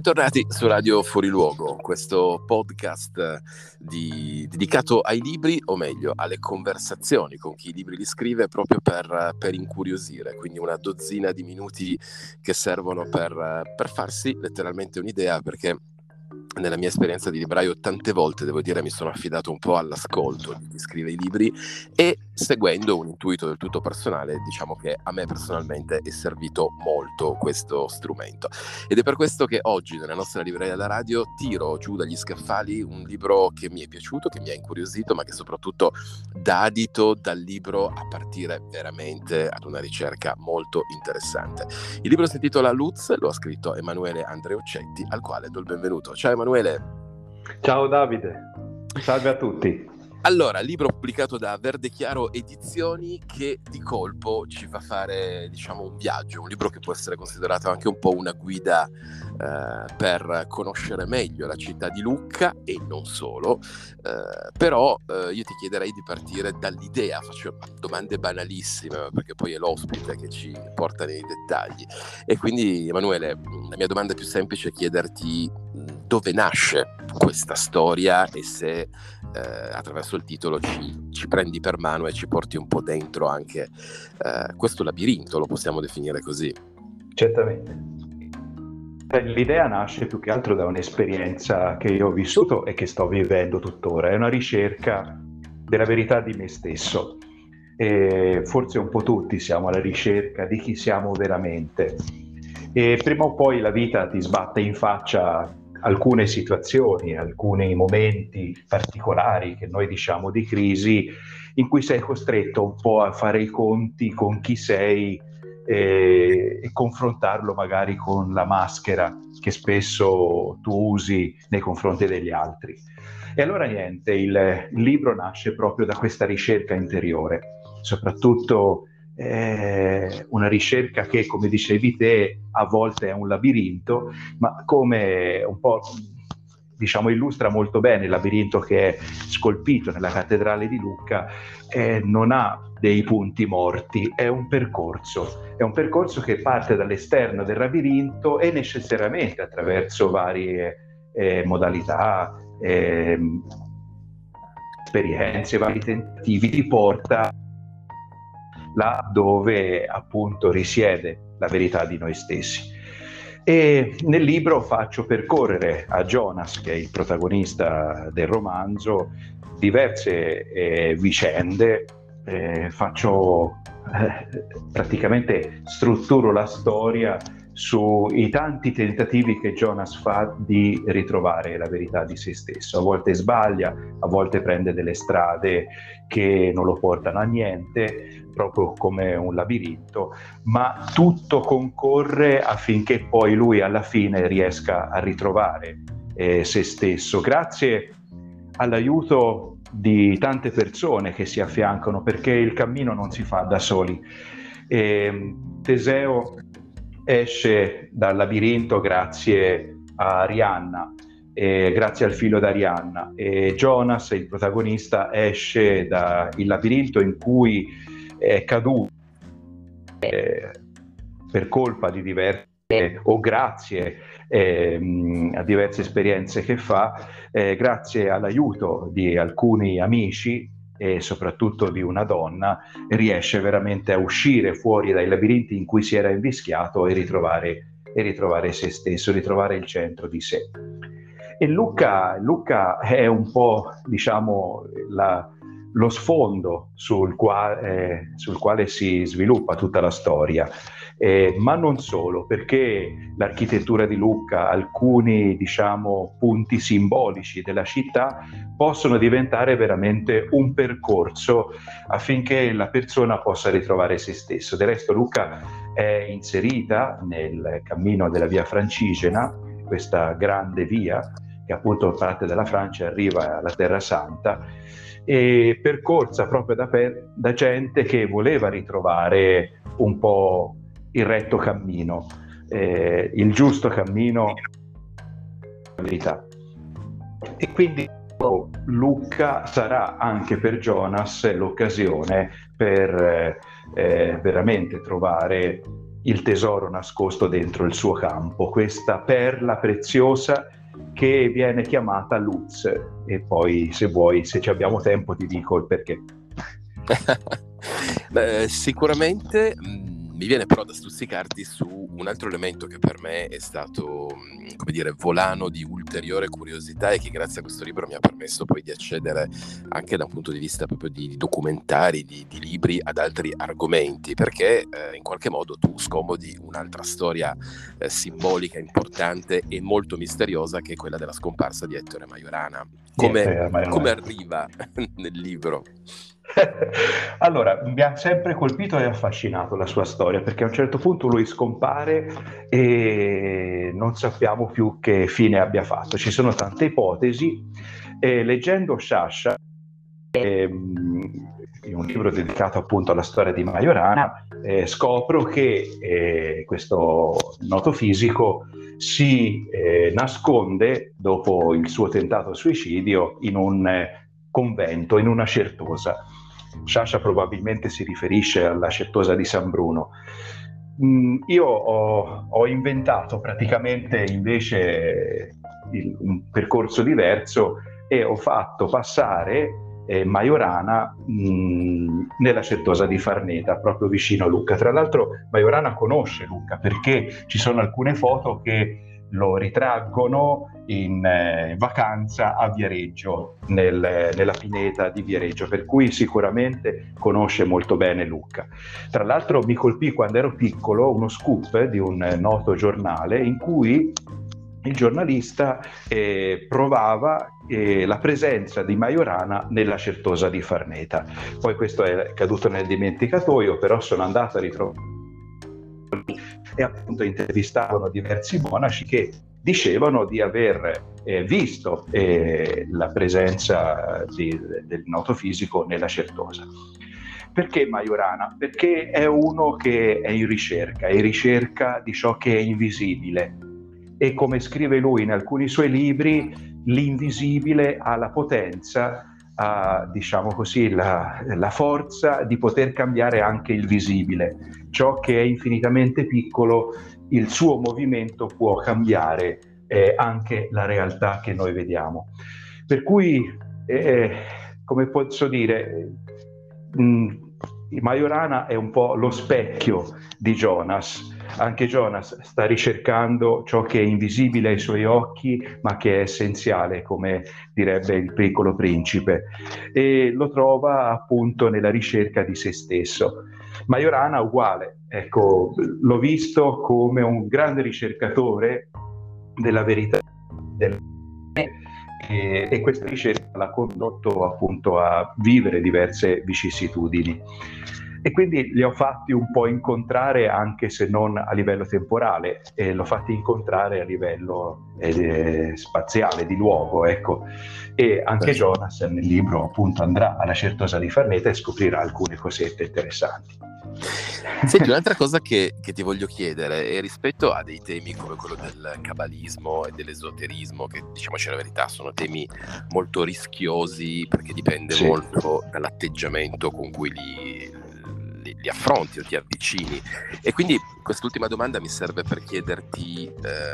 Bentornati su Radio Fuori Luogo, questo podcast dedicato ai libri, o meglio, alle conversazioni con chi i libri li scrive proprio per incuriosire, quindi una dozzina di minuti che servono per farsi letteralmente un'idea, perché nella mia esperienza di libraio tante volte, devo dire, mi sono affidato un po' all'ascolto di chi scrive i libri e seguendo un intuito del tutto personale, diciamo che a me personalmente è servito molto questo strumento. Ed è per questo che oggi nella nostra libreria della radio tiro giù dagli scaffali un libro che mi è piaciuto, che mi ha incuriosito, ma che soprattutto dà adito dal libro a partire veramente ad una ricerca molto interessante. Il libro si intitola Luz, lo ha scritto Emanuele Andreuccetti, al quale do il benvenuto. Ciao Emanuele. Ciao Davide, salve a tutti. Allora, libro pubblicato da Verde Chiaro Edizioni che di colpo ci fa fare, diciamo, un viaggio, un libro che può essere considerato anche un po' una guida per conoscere meglio la città di Lucca e non solo, però io ti chiederei di partire dall'idea, faccio domande banalissime perché poi è l'ospite che ci porta nei dettagli e quindi Emanuele, la mia domanda più semplice è chiederti dove nasce questa storia e se attraverso il titolo ci prendi per mano e ci porti un po' dentro anche questo labirinto, lo possiamo definire così. Certamente. L'idea nasce più che altro da un'esperienza che io ho vissuto e che sto vivendo tuttora. È una ricerca della verità di me stesso. E forse un po' tutti siamo alla ricerca di chi siamo veramente. E prima o poi la vita ti sbatte in faccia alcune situazioni, alcuni momenti particolari che noi diciamo di crisi, in cui sei costretto un po' a fare i conti con chi sei e confrontarlo magari con la maschera che spesso tu usi nei confronti degli altri. E allora niente, il libro nasce proprio da questa ricerca interiore, soprattutto una ricerca che, come dicevi te, a volte è un labirinto, ma come un po' diciamo illustra molto bene il labirinto che è scolpito nella cattedrale di Lucca, non ha dei punti morti, è un percorso che parte dall'esterno del labirinto e necessariamente attraverso varie modalità, esperienze, vari tentativi ti porta là dove appunto risiede la verità di noi stessi. E nel libro faccio percorrere a Jonas, che è il protagonista del romanzo, diverse vicende, praticamente strutturo la storia sui tanti tentativi che Jonas fa di ritrovare la verità di se stesso. A volte sbaglia, a volte prende delle strade che non lo portano a niente, proprio come un labirinto, ma tutto concorre affinché poi lui alla fine riesca a ritrovare se stesso, grazie all'aiuto di tante persone che si affiancano, perché il cammino non si fa da soli. Teseo esce dal labirinto grazie a Arianna, grazie al filo d'Arianna, e Jonas, il protagonista, esce dal labirinto in cui è caduto per colpa di diverse o grazie a diverse esperienze che fa, grazie all'aiuto di alcuni amici e soprattutto di una donna, riesce veramente a uscire fuori dai labirinti in cui si era invischiato e ritrovare se stesso, ritrovare il centro di sé. E Lucca è un po', diciamo, lo sfondo sul quale si sviluppa tutta la storia, ma non solo, perché l'architettura di Lucca, alcuni, diciamo, punti simbolici della città possono diventare veramente un percorso affinché la persona possa ritrovare se stesso. Del resto Lucca è inserita nel cammino della Via Francigena, questa grande via che appunto parte dalla Francia e arriva alla Terra Santa, e percorsa proprio da gente che voleva ritrovare un po' il retto cammino, il giusto cammino, la verità. E quindi Lucca sarà anche per Jonas l'occasione per veramente trovare il tesoro nascosto dentro il suo campo, questa perla preziosa che viene chiamata Luz. E poi, se vuoi, se ci abbiamo tempo, ti dico il perché. Beh, sicuramente mi viene però da stuzzicarti su un altro elemento che per me è stato, come dire, volano di ulteriore curiosità e che grazie a questo libro mi ha permesso poi di accedere anche da un punto di vista proprio di documentari, di libri ad altri argomenti, perché in qualche modo tu scomodi un'altra storia simbolica, importante e molto misteriosa, che è quella della scomparsa di Ettore Majorana. Come arriva nel libro? Allora, mi ha sempre colpito e affascinato la sua storia, perché a un certo punto lui scompare e non sappiamo più che fine abbia fatto. Ci sono tante ipotesi. Leggendo Sciascia, in un libro dedicato appunto alla storia di Majorana, scopro che questo noto fisico si nasconde dopo il suo tentato suicidio in un convento, in una certosa. Sciascia probabilmente si riferisce alla certosa di San Bruno. Io ho inventato praticamente invece un percorso diverso e ho fatto passare Majorana nella certosa di Farneta, proprio vicino a Lucca. Tra l'altro Majorana conosce Lucca perché ci sono alcune foto che lo ritraggono in vacanza a Viareggio, nella pineta di Viareggio, per cui sicuramente conosce molto bene Lucca. Tra l'altro mi colpì quando ero piccolo uno scoop di un noto giornale in cui il giornalista provava la presenza di Majorana nella certosa di Farneta. Poi questo è caduto nel dimenticatoio, però sono andato a ritrovare e appunto intervistavano diversi monaci che dicevano di aver visto la presenza del noto fisico nella certosa. Perché Majorana? Perché è uno che è in ricerca di ciò che è invisibile. E come scrive lui in alcuni suoi libri, l'invisibile ha la potenza, diciamo così, la forza di poter cambiare anche il visibile. Ciò che è infinitamente piccolo, il suo movimento può cambiare anche la realtà che noi vediamo. Per cui, come posso dire, Majorana è un po' lo specchio di Jonas. Anche Jonas sta ricercando ciò che è invisibile ai suoi occhi, ma che è essenziale, come direbbe il Piccolo Principe, e lo trova appunto nella ricerca di se stesso. Majorana uguale, ecco, l'ho visto come un grande ricercatore della verità, e questa ricerca l'ha condotto appunto a vivere diverse vicissitudini. E quindi li ho fatti un po' incontrare, anche se non a livello temporale, e l'ho fatti incontrare a livello spaziale, di luogo, ecco. E anche Jonas nel libro appunto andrà alla certosa di Farneta e scoprirà alcune cosette interessanti. Senti, un'altra cosa che ti voglio chiedere è rispetto a dei temi come quello del cabalismo e dell'esoterismo, che diciamoci la verità sono temi molto rischiosi perché dipende molto dall'atteggiamento con cui li affronti o ti avvicini. E quindi quest'ultima domanda mi serve per chiederti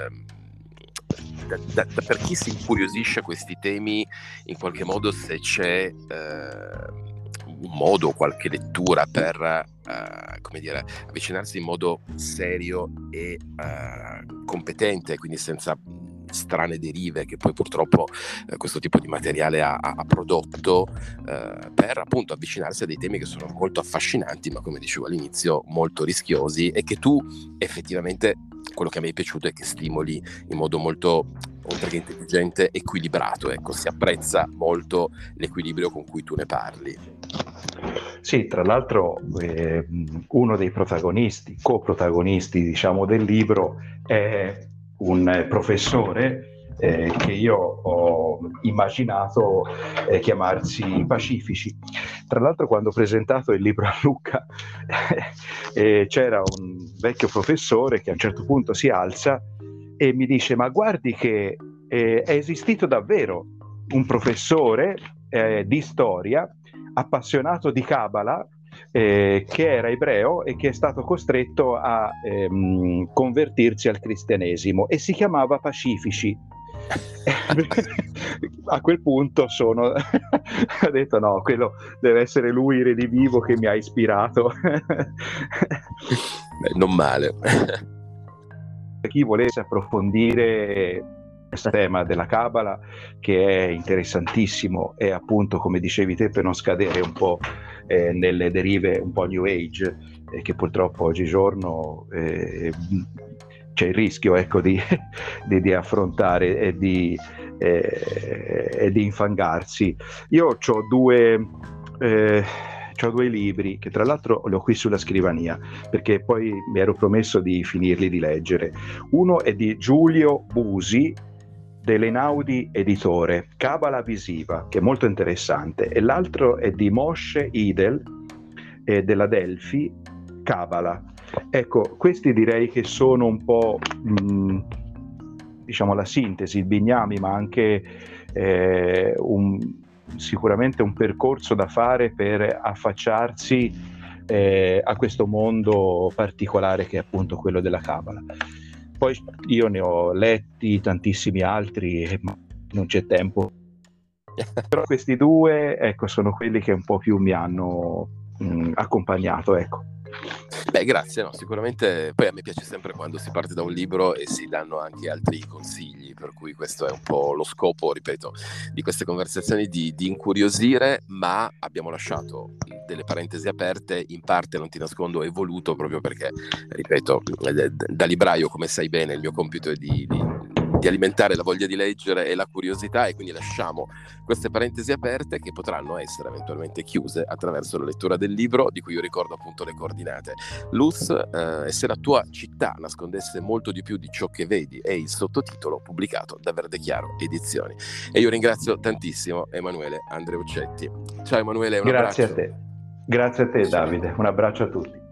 per chi si incuriosisce a questi temi, in qualche modo, se c'è un modo, qualche lettura per come dire, avvicinarsi in modo serio e competente, quindi senza strane derive che poi purtroppo questo tipo di materiale ha prodotto, per appunto avvicinarsi a dei temi che sono molto affascinanti, ma come dicevo all'inizio molto rischiosi, e che tu effettivamente, quello che a me è piaciuto è che stimoli in modo molto, oltre che intelligente, equilibrato. Ecco, si apprezza molto l'equilibrio con cui tu ne parli. Sì, tra l'altro uno dei coprotagonisti diciamo del libro è un professore che io ho immaginato chiamarsi Pacifici. Tra l'altro, quando ho presentato il libro a Lucca c'era un vecchio professore che a un certo punto si alza e mi dice: ma guardi che è esistito davvero un professore di storia appassionato di Kabbalah, che era ebreo e che è stato costretto a convertirsi al cristianesimo, e si chiamava Pacifici. A quel punto ho detto no, quello deve essere lui redivivo che mi ha ispirato. Beh, non male. Chi volesse approfondire questo tema della Kabbalah, che è interessantissimo, e appunto, come dicevi te, per non scadere un po' nelle derive un po' New Age, che purtroppo oggigiorno c'è il rischio, ecco, di affrontare e di infangarsi. Io ho due libri che tra l'altro li ho qui sulla scrivania, perché poi mi ero promesso di finirli di leggere. Uno è di Giulio Busi, dell'Einaudi Editore, Kabbalah Visiva, che è molto interessante, e l'altro è di Moshe Idel, della Delphi, Kabbalah. Ecco, questi direi che sono un po' diciamo la sintesi, il bignami, ma anche sicuramente un percorso da fare per affacciarsi a questo mondo particolare che è appunto quello della Kabbalah. Poi io ne ho letti tantissimi altri, ma non c'è tempo. Però questi due, ecco, sono quelli che un po' più mi hanno accompagnato, ecco. Beh, grazie, no, sicuramente. Poi a me piace sempre quando si parte da un libro e si danno anche altri consigli, per cui questo è un po' lo scopo, ripeto, di queste conversazioni, di incuriosire, ma abbiamo lasciato delle parentesi aperte, in parte, non ti nascondo, è voluto proprio perché, ripeto, da libraio, come sai bene, il mio compito è di alimentare la voglia di leggere e la curiosità, e quindi lasciamo queste parentesi aperte che potranno essere eventualmente chiuse attraverso la lettura del libro, di cui io ricordo appunto le coordinate. Luz, e se la tua città nascondesse molto di più di ciò che vedi, è il sottotitolo pubblicato da Verde Chiaro Edizioni. E io ringrazio tantissimo Emanuele Andreuccetti. Ciao Emanuele, un abbraccio. Grazie a te, Davide, un abbraccio a tutti.